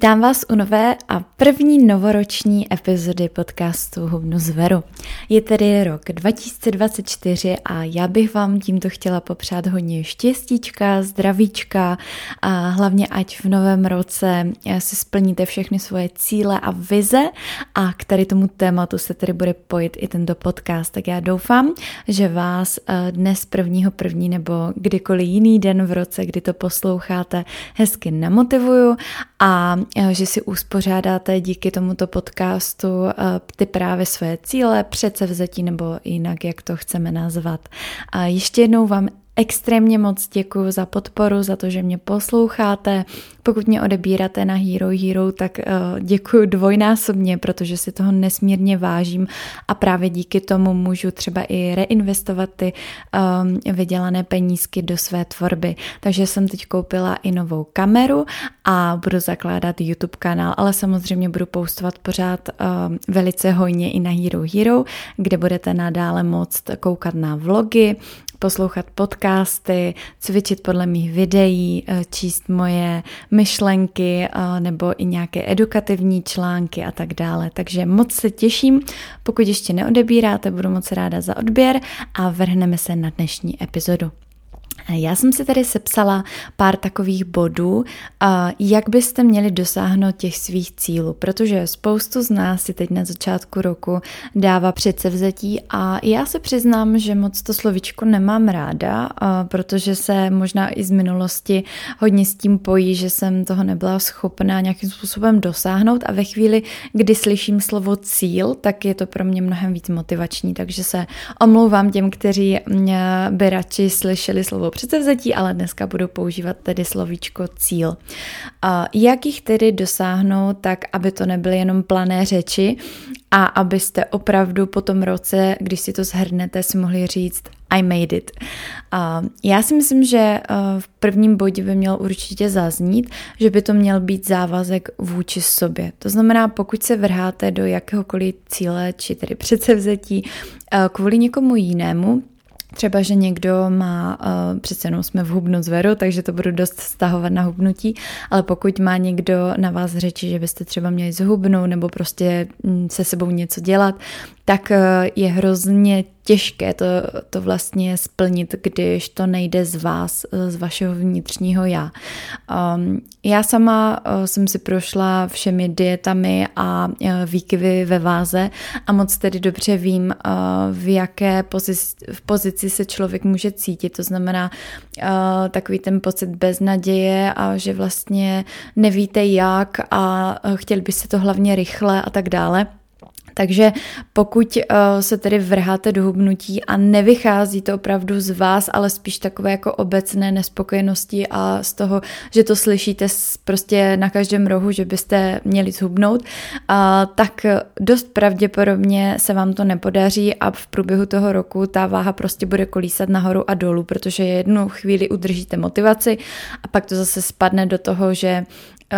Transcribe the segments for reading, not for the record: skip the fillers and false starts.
Vítám vás u nové a první novoroční epizody podcastu Hubnu zveru. Je tedy rok 2024 a já bych vám tímto chtěla popřát hodně štěstíčka, zdravíčka a hlavně ať v novém roce si splníte všechny svoje cíle a vize a k tady tomu tématu se tedy bude pojit i tento podcast. Tak já doufám, že vás dnes 1.1. nebo kdykoliv jiný den v roce, kdy to posloucháte, hezky namotivuju a že si uspořádáte díky tomuto podcastu ty právě své cíle, předsevzetí nebo jinak, jak to chceme nazvat. A ještě jednou vám extrémně moc děkuju za podporu, za to, že mě posloucháte. Pokud mě odebíráte na Hero, tak děkuju dvojnásobně, protože si toho nesmírně vážím a právě díky tomu můžu třeba i reinvestovat ty vydělané penízky do své tvorby. Takže jsem teď koupila i novou kameru a budu zakládat YouTube kanál, ale samozřejmě budu postovat pořád velice hojně i na Hero, kde budete nadále moct koukat na vlogy, poslouchat podcasty, cvičit podle mých videí, číst moje myšlenky nebo i nějaké edukativní články a tak dále. Takže moc se těším, pokud ještě neodebíráte, budu moc ráda za odběr a vrhneme se na dnešní epizodu. Já jsem si tady sepsala pár takových bodů, jak byste měli dosáhnout těch svých cílů, protože spoustu z nás si teď na začátku roku dává předsevzetí a já se přiznám, že moc to slovíčko nemám ráda, protože se možná i z minulosti hodně s tím pojí, že jsem toho nebyla schopná nějakým způsobem dosáhnout a ve chvíli, kdy slyším slovo cíl, tak je to pro mě mnohem víc motivační, takže se omlouvám těm, kteří by radši slyšeli slovo předsevzetí, ale dneska budu používat tedy slovíčko cíl. Jak jich tedy dosáhnout tak, aby to nebyly jenom plané řeči a abyste opravdu po tom roce, když si to shrnete, si mohli říct I made it. Já si myslím, že v prvním bodě by měl určitě zaznít, že by to měl být závazek vůči sobě. To znamená, pokud se vrháte do jakéhokoliv cíle, či tedy předsevzetí kvůli někomu jinému, třeba, že někdo má, přece jenom jsme v Hubnu zveru, takže to budu dost vztahovat na hubnutí, ale pokud má někdo na vás řeči, že byste třeba měli zhubnout nebo prostě se sebou něco dělat, tak je hrozně těžké to vlastně splnit, když to nejde z vás, z vašeho vnitřního já. Já sama jsem si prošla všemi dietami a výkyvy ve váze a moc tedy dobře vím, v jaké pozici se člověk může cítit. To znamená takový ten pocit beznaděje a že vlastně nevíte jak a chtěli byste to hlavně rychle a tak dále. Takže pokud se tedy vrháte do hubnutí a nevychází to opravdu z vás, ale spíš takové jako obecné nespokojenosti a z toho, že to slyšíte prostě na každém rohu, že byste měli zhubnout, tak dost pravděpodobně se vám to nepodaří a v průběhu toho roku ta váha prostě bude kolísat nahoru a dolů, protože jednu chvíli udržíte motivaci a pak to zase spadne do toho, že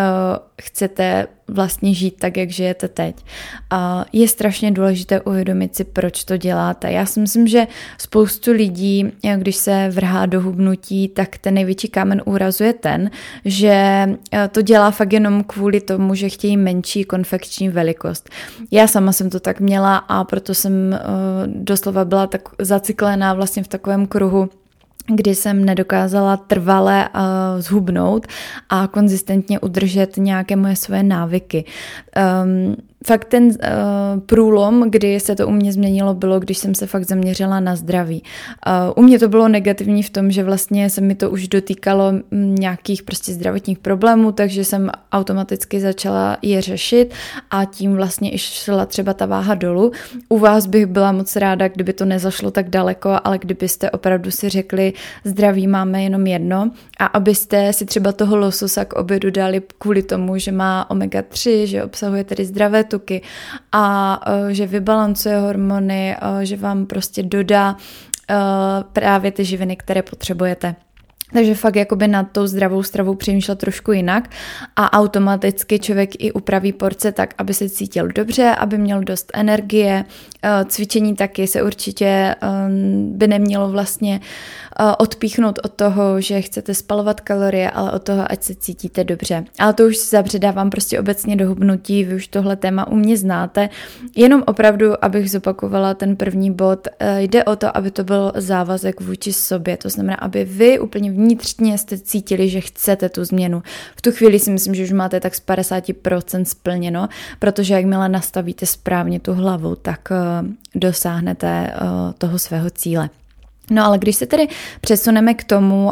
chcete vlastně žít tak, jak žijete teď. Je strašně důležité uvědomit si, proč to děláte. Já si myslím, že spoustu lidí, když se vrhá do hubnutí, tak ten největší kámen úrazu je ten, že to dělá fakt jenom kvůli tomu, že chtějí menší konfekční velikost. Já sama jsem to tak měla a proto jsem doslova byla tak zacyklená vlastně v takovém kruhu, kdy jsem nedokázala trvale zhubnout a konzistentně udržet nějaké moje své návyky. Fakt ten průlom, kdy se to u mě změnilo, bylo, když jsem se fakt zaměřila na zdraví. U mě to bylo negativní v tom, že vlastně se mi to už dotýkalo nějakých prostě zdravotních problémů, takže jsem automaticky začala je řešit a tím vlastně i šla třeba ta váha dolů. U vás bych byla moc ráda, kdyby to nezašlo tak daleko, ale kdybyste opravdu si řekli, zdraví máme jenom jedno a abyste si třeba toho lososa k obědu dali kvůli tomu, že má omega-3, že obsahuje tedy zdravé tuky a že vybalancuje hormony, že vám prostě dodá právě ty živiny, které potřebujete. Takže fakt jakoby nad tou zdravou stravou přemýšlet trošku jinak a automaticky člověk i upraví porce tak, aby se cítil dobře, aby měl dost energie. Cvičení taky se určitě by nemělo vlastně odpíchnout od toho, že chcete spalovat kalorie, ale od toho, ať se cítíte dobře. Ale to už zabředávám prostě obecně do hubnutí, vy už tohle téma u mě znáte. Jenom opravdu, abych zopakovala ten první bod, jde o to, aby to byl závazek vůči sobě. To znamená, aby vy úplně vnitřně jste cítili, že chcete tu změnu. V tu chvíli si myslím, že už máte tak z 50% splněno, protože jakmile nastavíte správně tu hlavu, tak dosáhnete toho svého cíle. No ale když se tedy přesuneme k tomu,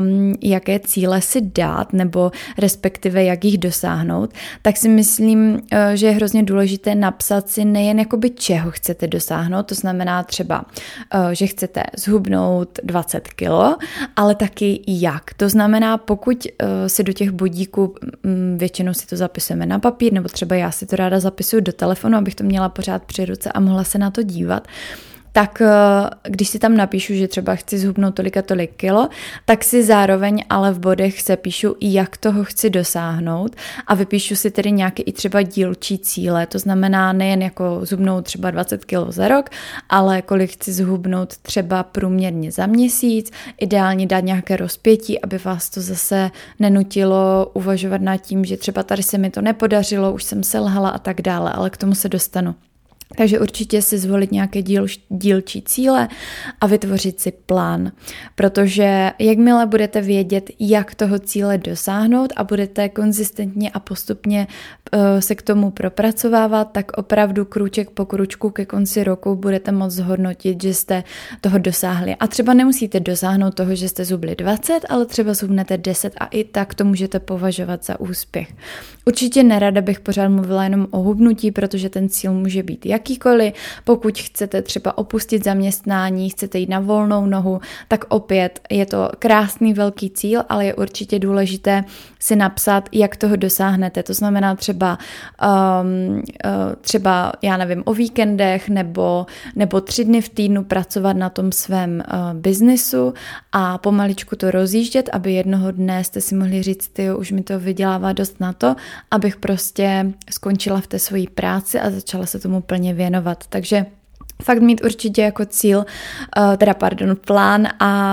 jaké cíle si dát, nebo respektive jak jich dosáhnout, tak si myslím, že je hrozně důležité napsat si nejen jakoby čeho chcete dosáhnout, to znamená třeba, že chcete zhubnout 20 kilo, ale taky jak. To znamená, pokud si do těch bodíků, většinou si to zapisujeme na papír, nebo třeba já si to ráda zapisuju do telefonu, abych to měla pořád při ruce a mohla se na to dívat, tak když si tam napíšu, že třeba chci zhubnout tolik a tolik kilo, tak si zároveň ale v bodech se píšu, jak toho chci dosáhnout a vypíšu si tedy nějaké i třeba dílčí cíle, to znamená nejen jako zhubnout třeba 20 kilo za rok, ale kolik chci zhubnout třeba průměrně za měsíc, ideálně dát nějaké rozpětí, aby vás to zase nenutilo uvažovat nad tím, že třeba tady se mi to nepodařilo, už jsem selhala a tak dále, ale k tomu se dostanu. Takže určitě si zvolit nějaké dílčí cíle a vytvořit si plán, protože jakmile budete vědět, jak toho cíle dosáhnout a budete konzistentně a postupně se k tomu propracovávat, tak opravdu krůček po krůčku ke konci roku budete moct zhodnotit, že jste toho dosáhli. A třeba nemusíte dosáhnout toho, že jste zhubli 20, ale třeba zhubnete 10 a i tak to můžete považovat za úspěch. Určitě nerada bych pořád mluvila jenom o hubnutí, protože ten cíl může být jakýkoliv. Pokud chcete třeba opustit zaměstnání, chcete jít na volnou nohu, tak opět je to krásný velký cíl, ale je určitě důležité si napsat, jak toho dosáhnete. To znamená třeba já nevím, o víkendech nebo 3 dny v týdnu pracovat na tom svém biznisu a pomaličku to rozjíždět, aby jednoho dne jste si mohli říct, tyjo, už mi to vydělává dost na to, abych prostě skončila v té své práci a začala se tomu plně věnovat. Takže fakt mít určitě jako cíl, plán a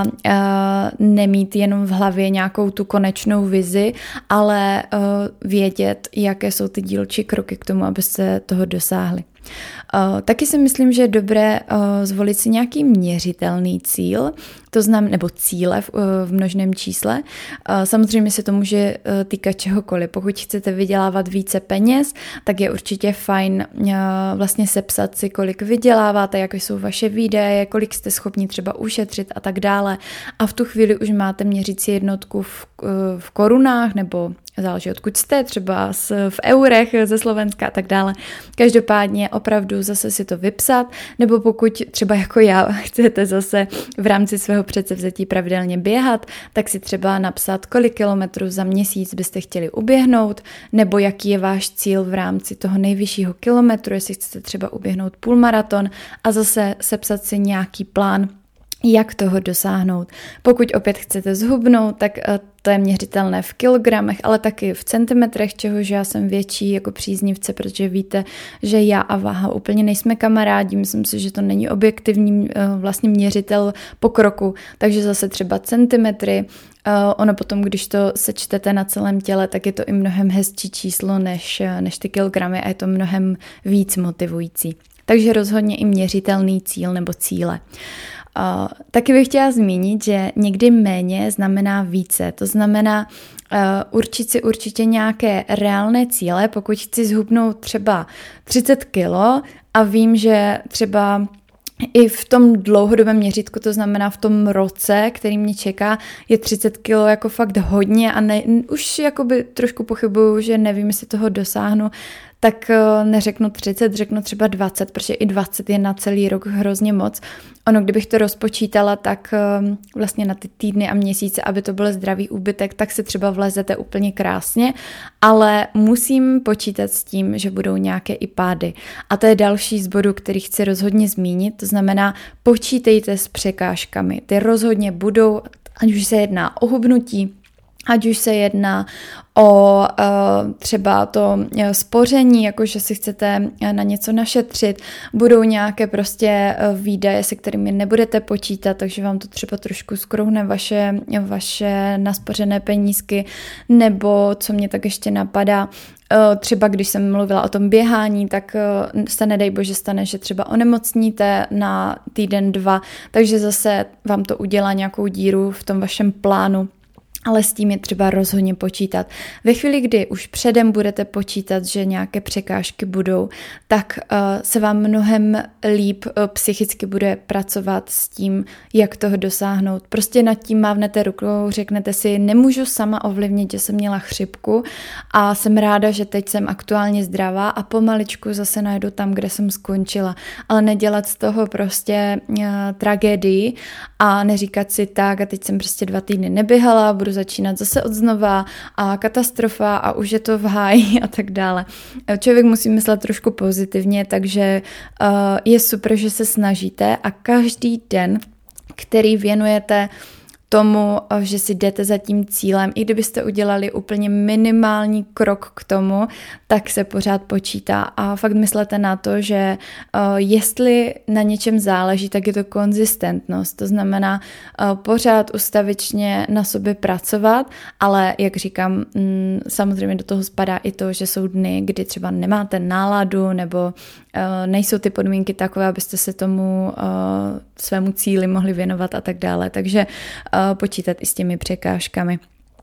nemít jenom v hlavě nějakou tu konečnou vizi, ale vědět, jaké jsou ty dílčí kroky k tomu, abyste toho dosáhli. Taky si myslím, že je dobré zvolit si nějaký měřitelný cíl, to znamená, nebo cíle v množném čísle. Samozřejmě se to může týkat čehokoliv. Pokud chcete vydělávat více peněz, tak je určitě fajn vlastně sepsat si, kolik vyděláváte, jaké jsou vaše výdaje, kolik jste schopni třeba ušetřit a tak dále. A v tu chvíli už máte měřící jednotku v korunách nebo záleží, odkud jste, třeba v eurech ze Slovenska a tak dále. Každopádně opravdu zase si to vypsat, nebo pokud třeba jako já chcete zase v rámci svého předsevzetí pravidelně běhat, tak si třeba napsat, kolik kilometrů za měsíc byste chtěli uběhnout, nebo jaký je váš cíl v rámci toho nejvyššího kilometru, jestli chcete třeba uběhnout půlmaraton a zase sepsat si nějaký plán, jak toho dosáhnout. Pokud opět chcete zhubnout, tak to je měřitelné v kilogramech, ale taky v centimetrech, čehož já jsem větší jako příznivce, protože víte, že já a váha úplně nejsme kamarádi, myslím si, že to není objektivní vlastně měřitel pokroku, takže zase třeba centimetry. Ono potom, když to sečtete na celém těle, tak je to i mnohem hezčí číslo než ty kilogramy a je to mnohem víc motivující. Takže rozhodně i měřitelný cíl nebo cíle. Taky bych chtěla zmínit, že někdy méně znamená více. To znamená určit si určitě nějaké reálné cíle. Pokud chci zhubnout třeba 30 kilo a vím, že třeba i v tom dlouhodobém měřítku, to znamená v tom roce, který mě čeká, je 30 kilo jako fakt hodně a už jakoby trošku pochybuju, že nevím, jestli toho dosáhnu, tak neřeknu 30, řeknu třeba 20, protože i 20 je na celý rok hrozně moc. Ono, kdybych to rozpočítala, tak vlastně na ty týdny a měsíce, aby to byl zdravý úbytek, tak se třeba vlezete úplně krásně, ale musím počítat s tím, že budou nějaké i pády. A to je další z bodů, který chci rozhodně zmínit, to znamená počítejte s překážkami. Ty rozhodně budou, ať už se jedná o hubnutí, Ať už se jedná o třeba to spoření, jakože si chcete na něco našetřit, budou nějaké prostě výdaje, se kterými nebudete počítat, takže vám to třeba trošku skrouhne vaše naspořené penízky, nebo co mě tak ještě napadá, třeba když jsem mluvila o tom běhání, tak se nedej bože stane, že třeba onemocníte na týden, 2, takže zase vám to udělá nějakou díru v tom vašem plánu. Ale s tím je třeba rozhodně počítat. Ve chvíli, kdy už předem budete počítat, že nějaké překážky budou, tak se vám mnohem líp psychicky bude pracovat s tím, jak toho dosáhnout. Prostě nad tím mávnete rukou, řeknete si, nemůžu sama ovlivnit, že jsem měla chřipku a jsem ráda, že teď jsem aktuálně zdravá a pomaličku zase najdu tam, kde jsem skončila. Ale nedělat z toho prostě tragédii a neříkat si tak a teď jsem prostě 2 týdny neběhala, budu začínat zase od znova a katastrofa a už je to v háji a tak dále. Člověk musí myslet trošku pozitivně, takže je super, že se snažíte a každý den, který věnujete tomu, že si jdete za tím cílem, i kdybyste udělali úplně minimální krok k tomu, tak se pořád počítá a fakt myslete na to, že jestli na něčem záleží, tak je to konzistentnost, to znamená pořád ustavičně na sobě pracovat, ale jak říkám, samozřejmě do toho spadá i to, že jsou dny, kdy třeba nemáte náladu nebo nejsou ty podmínky takové, abyste se tomu svému cíli mohli věnovat a tak dále, takže počítat i s těmi překážkami.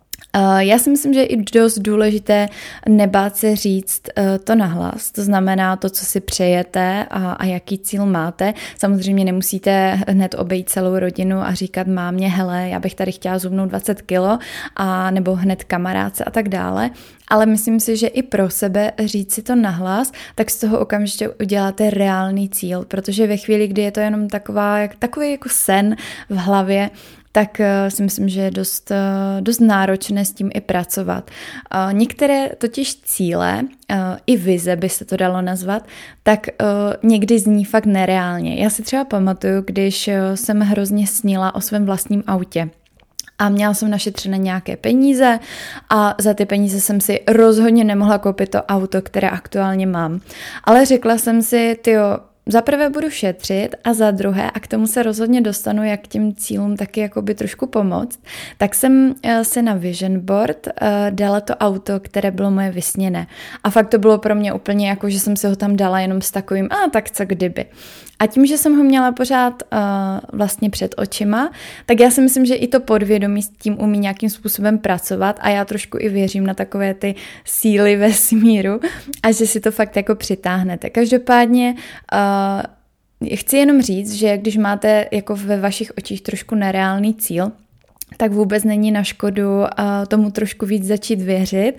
Já si myslím, že je i dost důležité nebát se říct to nahlas, to znamená to, co si přejete a jaký cíl máte. Samozřejmě nemusíte hned obejít celou rodinu a říkat mámě, hele, já bych tady chtěla zhubnout 20 kilo, a nebo hned kamarádce a tak dále, ale myslím si, že i pro sebe říct si to nahlas, tak z toho okamžitě uděláte reálný cíl, protože ve chvíli, kdy je to jenom takový jako sen v hlavě, tak si myslím, že je dost náročné s tím i pracovat. Některé totiž cíle, i vize by se to dalo nazvat, tak někdy zní fakt nereálně. Já si třeba pamatuju, když jsem hrozně snila o svém vlastním autě. A měla jsem našetřené nějaké peníze a za ty peníze jsem si rozhodně nemohla koupit to auto, které aktuálně mám. Ale řekla jsem si, za prvé budu šetřit a za druhé, a k tomu se rozhodně dostanu, jak k těm cílům taky jakoby trošku pomoct, tak jsem si na vision board dala to auto, které bylo moje vysněné. A fakt to bylo pro mě úplně jako, že jsem si ho tam dala jenom s takovým, tak co kdyby. A tím, že jsem ho měla pořád vlastně před očima, tak já si myslím, že i to podvědomí s tím umí nějakým způsobem pracovat a já trošku i věřím na takové ty síly vesmíru a že si to fakt jako přitáhnete. Každopádně chci jenom říct, že když máte jako ve vašich očích trošku nereálný cíl, tak vůbec není na škodu tomu trošku víc začít věřit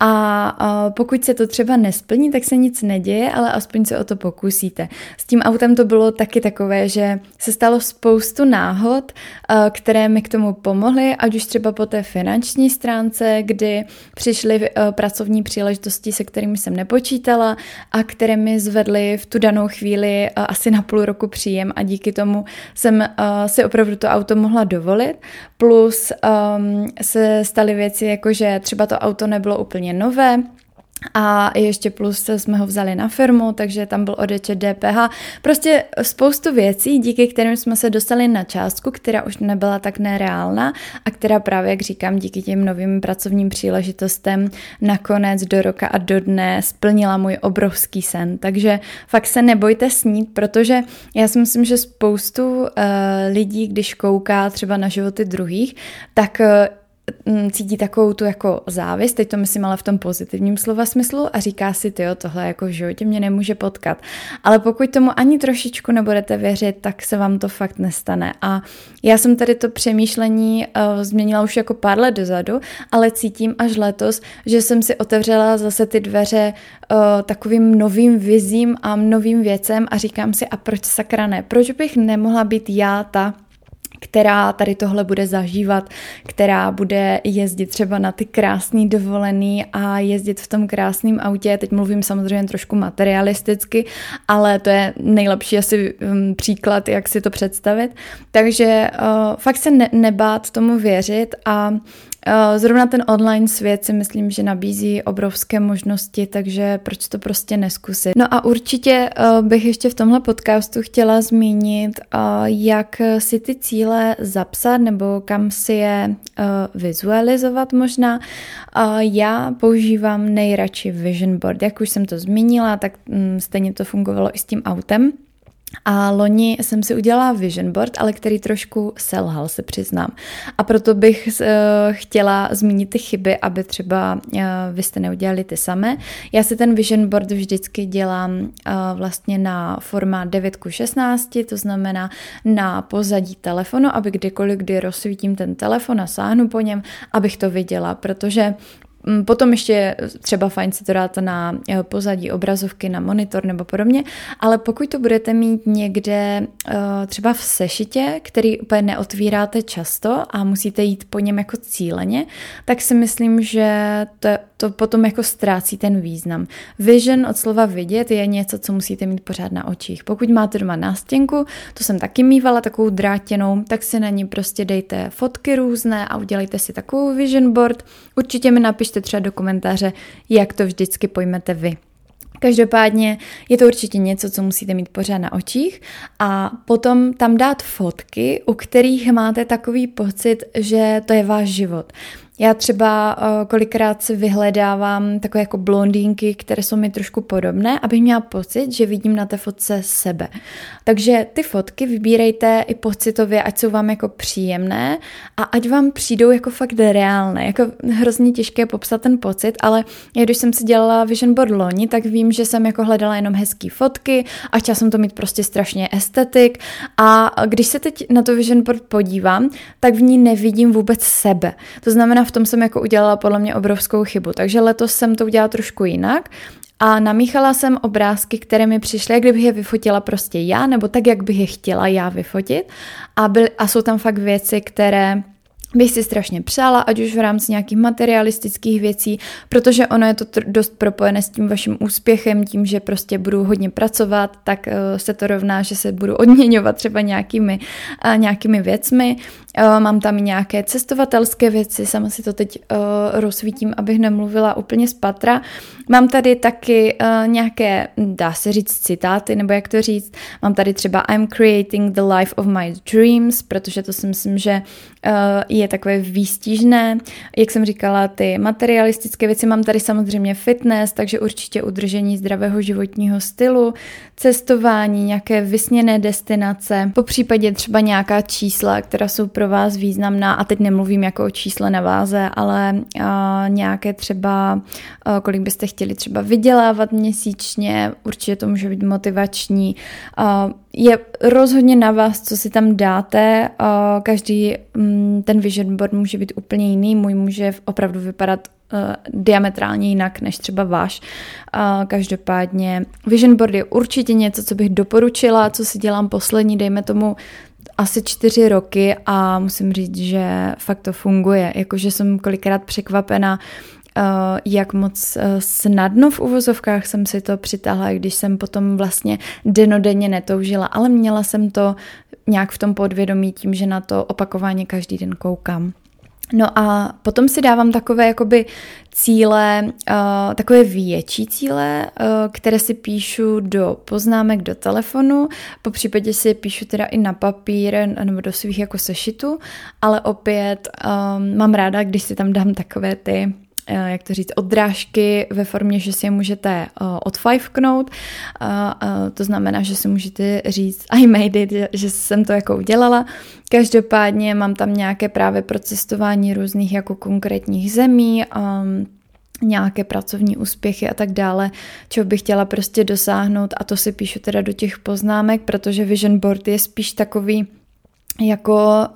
a pokud se to třeba nesplní, tak se nic neděje, ale aspoň se o to pokusíte. S tím autem to bylo taky takové, že se stalo spoustu náhod, které mi k tomu pomohly, ať už třeba po té finanční stránce, kdy přišly pracovní příležitosti, se kterými jsem nepočítala a které mi zvedly v tu danou chvíli asi na půl roku příjem a díky tomu jsem si opravdu to auto mohla dovolit. Plus se staly věci, jako že třeba to auto nebylo úplně nové a ještě plus jsme ho vzali na firmu, takže tam byl odečet DPH. Prostě spoustu věcí, díky kterým jsme se dostali na částku, která už nebyla tak nereálna a která právě, jak říkám, díky těm novým pracovním příležitostem nakonec do roka a do dne splnila můj obrovský sen. Takže fakt se nebojte snít, protože já si myslím, že spoustu lidí, když kouká třeba na životy druhých, tak cítí takovou tu jako závist, teď to myslím ale v tom pozitivním slova smyslu a říká si, tohle jako v životě mě nemůže potkat. Ale pokud tomu ani trošičku nebudete věřit, tak se vám to fakt nestane. A já jsem tady to přemýšlení změnila už jako pár let dozadu, ale cítím až letos, že jsem si otevřela zase ty dveře takovým novým vizím a novým věcem a říkám si, a proč sakra ne? Proč bych nemohla být já ta, která tady tohle bude zažívat, která bude jezdit třeba na ty krásný dovolený a jezdit v tom krásném autě. Teď mluvím samozřejmě trošku materialisticky, ale to je nejlepší asi příklad, jak si to představit. Takže fakt se nebát tomu věřit a zrovna ten online svět si myslím, že nabízí obrovské možnosti, takže proč to prostě neskusit. No a určitě bych ještě v tomhle podcastu chtěla zmínit, jak si ty cíle zapsat nebo kam si je vizualizovat možná. Já používám nejradši vision board. Jak už jsem to zmínila, tak stejně to fungovalo i s tím autem. A loni jsem si udělala vision board, ale který trošku selhal, se přiznám. A proto bych chtěla zmínit ty chyby, aby třeba vy jste neudělali ty samé. Já si ten vision board vždycky dělám vlastně na formát 9:16, to znamená na pozadí telefonu, aby kdykoliv, kdy rozsvítím ten telefon a sáhnu po něm, abych to viděla, protože potom ještě třeba fajn si to dát na pozadí obrazovky, na monitor nebo podobně, ale pokud to budete mít někde třeba v sešitě, který úplně neotvíráte často a musíte jít po něm jako cíleně, tak si myslím, že to potom jako ztrácí ten význam. Vision od slova vidět je něco, co musíte mít pořád na očích. Pokud máte doma nástěnku, to jsem taky mívala, takovou drátěnou, tak si na ní prostě dejte fotky různé a udělejte si takovou vision board. Určitě mi napište třeba do komentáře, jak to vždycky pojmete vy. Každopádně je to určitě něco, co musíte mít pořád na očích a potom tam dát fotky, u kterých máte takový pocit, že to je váš život. Já třeba kolikrát si vyhledávám takové jako blondýnky, které jsou mi trošku podobné, abych měla pocit, že vidím na té fotce sebe. Takže ty fotky vybírejte i pocitově, ať jsou vám jako příjemné a ať vám přijdou jako fakt reálné. Jako hrozně těžké popsat ten pocit, ale když jsem si dělala vision board loni, tak vím, že jsem jako hledala jenom hezký fotky a chtěla jsem to mít prostě strašně estetik a když se teď na to vision board podívám, tak v ní nevidím vůbec sebe. To znamená, v tom jsem jako udělala podle mě obrovskou chybu. Takže letos jsem to udělala trošku jinak a namíchala jsem obrázky, které mi přišly, jak kdybych je vyfotila prostě já, nebo tak, jak bych je chtěla já vyfotit. A jsou tam fakt věci, které bych si strašně přála, ať už v rámci nějakých materialistických věcí, protože ono je to dost propojené s tím vaším úspěchem, tím, že prostě budu hodně pracovat, tak se to rovná, že se budu odměňovat třeba nějakými věcmi. Mám tam i nějaké cestovatelské věci, sama si to teď rozsvítím, abych nemluvila úplně z patra. Mám tady taky nějaké, dá se říct, citáty, nebo jak to říct. Mám tady třeba I'm creating the life of my dreams, protože to si myslím, že je takové výstižné. Jak jsem říkala, ty materialistické věci, mám tady samozřejmě fitness, takže určitě udržení zdravého životního stylu, cestování, nějaké vysněné destinace, popřípadě třeba nějaká čísla, která jsou pro vás významná, a teď nemluvím jako o čísle na váze, ale nějaké třeba, kolik byste chtěli třeba vydělávat měsíčně, určitě to může být motivační. Je rozhodně na vás, co si tam dáte, každý ten vision board může být úplně jiný, můj může opravdu vypadat diametrálně jinak než třeba váš. Každopádně vision board je určitě něco, co bych doporučila, co si dělám poslední, dejme tomu asi 4 roky a musím říct, že fakt to funguje. Jakože jsem kolikrát překvapena, jak moc snadno v uvozovkách jsem si to přitáhla, když jsem potom vlastně dennodenně netoužila, ale měla jsem to nějak v tom podvědomí tím, že na to opakovaně každý den koukám. No a potom si dávám takové jakoby cíle, takové větší cíle, které si píšu do poznámek do telefonu, popřípadě si píšu teda i na papír nebo do svých jako sešitů, ale opět mám ráda, když si tam dám takové ty, jak to říct, odrážky ve formě, že si je můžete odfajfknout, to znamená, že si můžete říct I made it, že jsem to jako udělala. Každopádně mám tam nějaké právě pro cestování různých jako konkrétních zemí, nějaké pracovní úspěchy a tak dále, čeho bych chtěla prostě dosáhnout, a to si píšu teda do těch poznámek, protože vision board je spíš takový jako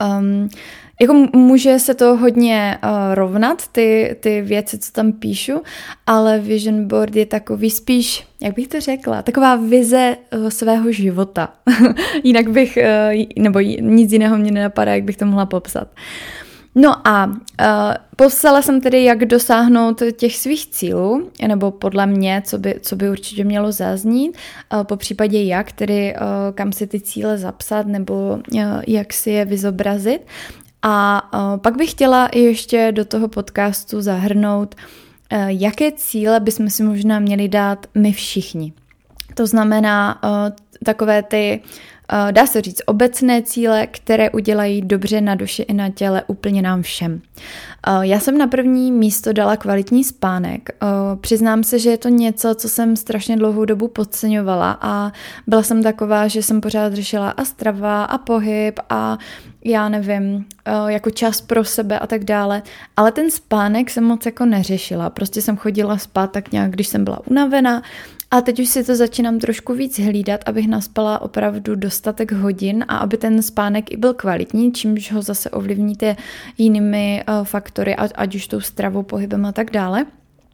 může se to hodně rovnat, ty věci, co tam píšu, ale vision board je takový spíš, jak bych to řekla, taková vize svého života. Jinak bych, nebo nic jiného mě nenapadá, jak bych to mohla popsat. No a popsala jsem tedy, jak dosáhnout těch svých cílů, nebo podle mě, co by určitě mělo zaznít, po případě jak, tedy kam si ty cíle zapsat, nebo jak si je vyzobrazit. A pak bych chtěla ještě do toho podcastu zahrnout, jaké cíle bychom si možná měli dát my všichni. To znamená takové ty, dá se říct, obecné cíle, které udělají dobře na duši i na těle úplně nám všem. Já jsem na první místo dala kvalitní spánek. Přiznám se, že je to něco, co jsem strašně dlouhou dobu podceňovala a byla jsem taková, že jsem pořád řešila a strava a pohyb a já nevím, jako čas pro sebe a tak dále, ale ten spánek jsem moc jako neřešila, prostě jsem chodila spát tak nějak, když jsem byla unavená a teď už si to začínám trošku víc hlídat, abych naspala opravdu dostatek hodin a aby ten spánek i byl kvalitní, čímž ho zase ovlivníte jinými faktory, ať už tou stravou, pohybem a tak dále.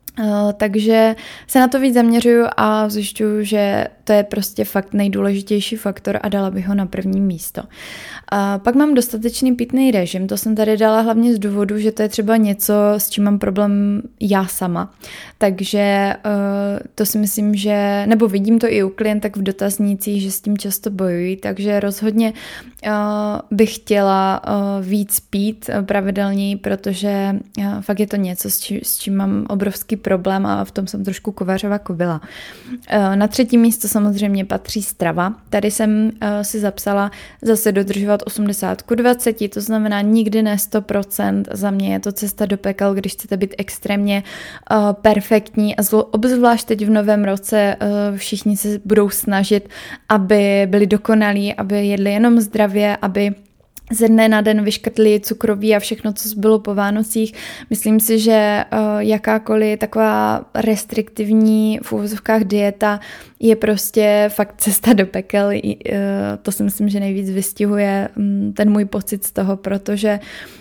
Takže se na to víc zaměřuju a zjišťuju, že to je prostě fakt nejdůležitější faktor a dala bych ho na první místo. A pak mám dostatečný pitný režim, to jsem tady dala hlavně z důvodu, že to je třeba něco, s čím mám problém já sama. Takže to si myslím, že, nebo vidím to i u klientek v dotaznících, že s tím často bojují, takže rozhodně bych chtěla víc pít pravidelněji, protože fakt je to něco, s čím mám obrovský problém a v tom jsem trošku kovářová kobyla. Na třetí místo samozřejmě patří strava. Tady jsem si zapsala zase dodržovat 80:20, to znamená nikdy ne 100%. Za mě je to cesta do pekel, když chcete být extrémně perfektní a obzvlášť teď v novém roce všichni se budou snažit, aby byli dokonalí, aby jedli jenom zdravě, aby ze dne na den vyškrtli cukroví a všechno, co bylo po Vánocích. Myslím si, že jakákoliv taková restriktivní v uvozovkách dieta je prostě fakt cesta do pekel. To si myslím, že nejvíc vystihuje ten můj pocit z toho, protože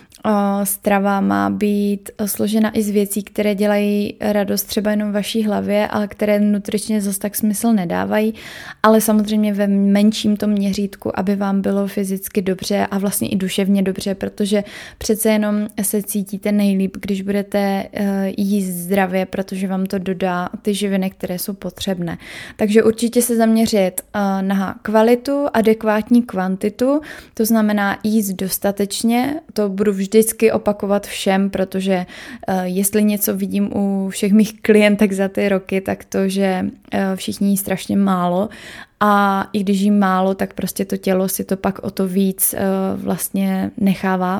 strava má být složena i z věcí, které dělají radost třeba jenom vaší hlavě, ale které nutričně zase tak smysl nedávají, ale samozřejmě ve menším tom měřítku, aby vám bylo fyzicky dobře a vlastně i duševně dobře, protože přece jenom se cítíte nejlíp, když budete jíst zdravě, protože vám to dodá ty živiny, které jsou potřebné. Takže určitě se zaměřit na kvalitu, adekvátní kvantitu, to znamená jíst dostatečně, to budu vždycky opakovat všem, protože jestli něco vidím u všech mých klientek za ty roky, tak to, že všichni jí strašně málo a i když jí málo, tak prostě to tělo si to pak o to víc vlastně nechává,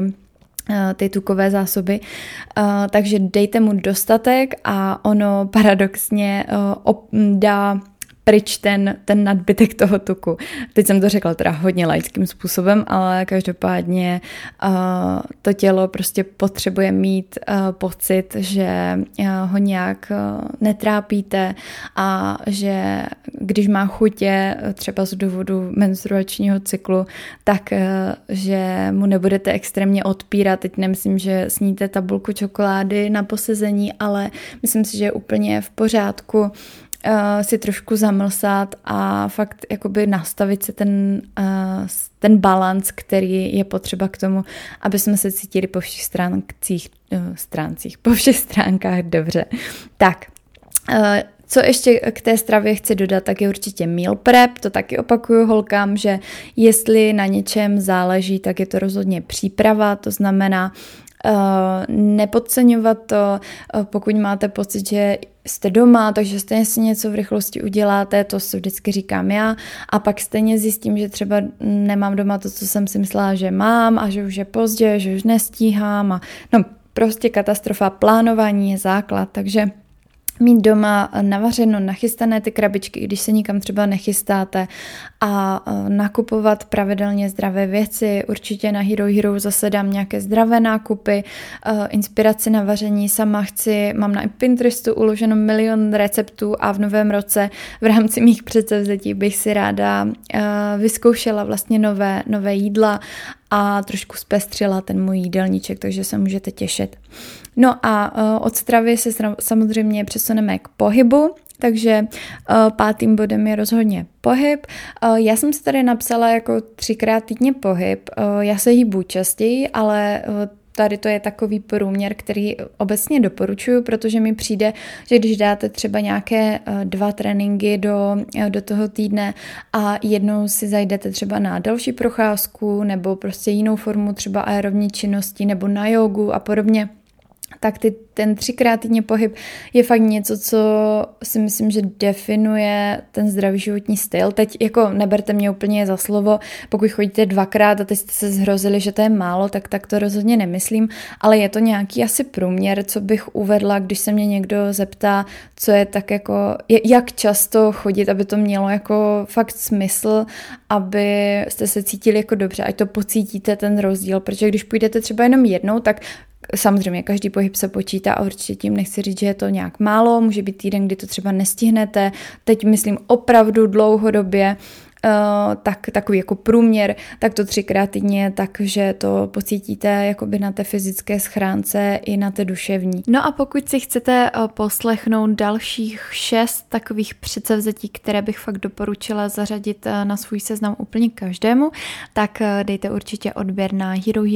ty tukové zásoby, takže dejte mu dostatek a ono paradoxně dá pryč ten nadbytek toho tuku. Teď jsem to řekla teda hodně laickým způsobem, ale každopádně to tělo prostě potřebuje mít pocit, že ho nějak netrápíte a že když má chutě třeba z důvodu menstruačního cyklu, tak že mu nebudete extrémně odpírat. Teď nemyslím, že sníte tabulku čokolády na posezení, ale myslím si, že je úplně v pořádku si trošku zamlsat a fakt jakoby nastavit si ten balans, který je potřeba k tomu, aby jsme se cítili po všech po všech stránkách dobře. Tak, co ještě k té stravě chci dodat, tak je určitě meal prep, to taky opakuju holkám, že jestli na něčem záleží, tak je to rozhodně příprava, to znamená nepodceňovat to, pokud máte pocit, že jste doma, takže stejně si něco v rychlosti uděláte, to si vždycky říkám já a pak stejně zjistím, že třeba nemám doma to, co jsem si myslela, že mám a že už je pozdě, že už nestíhám a no prostě katastrofa, plánování je základ, takže mít doma navařeno, nachystané ty krabičky, když se nikam třeba nechystáte a nakupovat pravidelně zdravé věci. Určitě na Hero zase dám nějaké zdravé nákupy, inspiraci na vaření sama mám na Pinterestu uloženo 1 000 000 receptů a v novém roce v rámci mých předsevzetí bych si ráda vyzkoušela vlastně nové jídla a trošku zpestřila ten můj jídelníček, takže se můžete těšit. No a od stravy se samozřejmě přesuneme k pohybu, takže 5. bodem je rozhodně pohyb. Já jsem si tady napsala jako 3krát týdně pohyb. Já se hýbu častěji, ale tady to je takový průměr, který obecně doporučuju, protože mi přijde, že když dáte třeba nějaké 2 tréninky do toho týdne a jednou si zajdete třeba na další procházku nebo prostě jinou formu třeba aerobní činnosti nebo na jogu a podobně, tak ten 3x týdně pohyb je fakt něco, co si myslím, že definuje ten zdravý životní styl. Teď jako neberte mě úplně za slovo, pokud chodíte 2x a teď jste se zhrozili, že to je málo, tak to rozhodně nemyslím, ale je to nějaký asi průměr, co bych uvedla, když se mě někdo zeptá, co je tak jako, jak často chodit, aby to mělo jako fakt smysl, aby jste se cítili jako dobře, ať to pocítíte ten rozdíl, protože když půjdete třeba jenom jednou, tak samozřejmě každý pohyb se počítá a určitě tím nechci říct, že je to nějak málo, může být týden, kdy to třeba nestihnete, teď myslím opravdu dlouhodobě, tak takový jako průměr, tak to 3x týdně, takže to pocítíte jakoby na té fyzické schránce i na té duševní. No a pokud si chcete poslechnout dalších 6 takových předsevzetí, které bych fakt doporučila zařadit na svůj seznam úplně každému, tak dejte určitě odběr na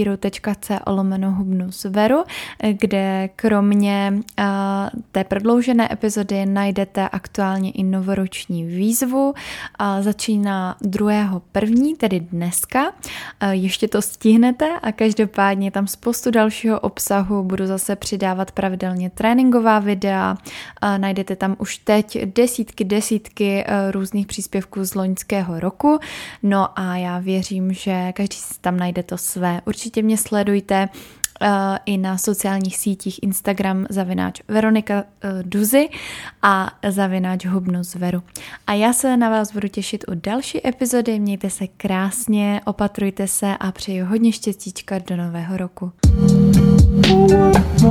herohero.co/hubnuzveru, kde kromě té prodloužené epizody najdete aktuálně i novoroční výzvu. Začíná 2.1., tedy dneska. Ještě to stihnete a každopádně tam spoustu dalšího obsahu, budu zase přidávat pravidelně tréninková videa, najdete tam už teď desítky různých příspěvků z loňského roku, no a já věřím, že každý si tam najde to své. Určitě mě sledujte i na sociálních sítích Instagram @Veronika Duzy a @Hubnuzveru. A já se na vás budu těšit u další epizody, mějte se krásně, opatrujte se a přeji hodně štěstíčka do nového roku.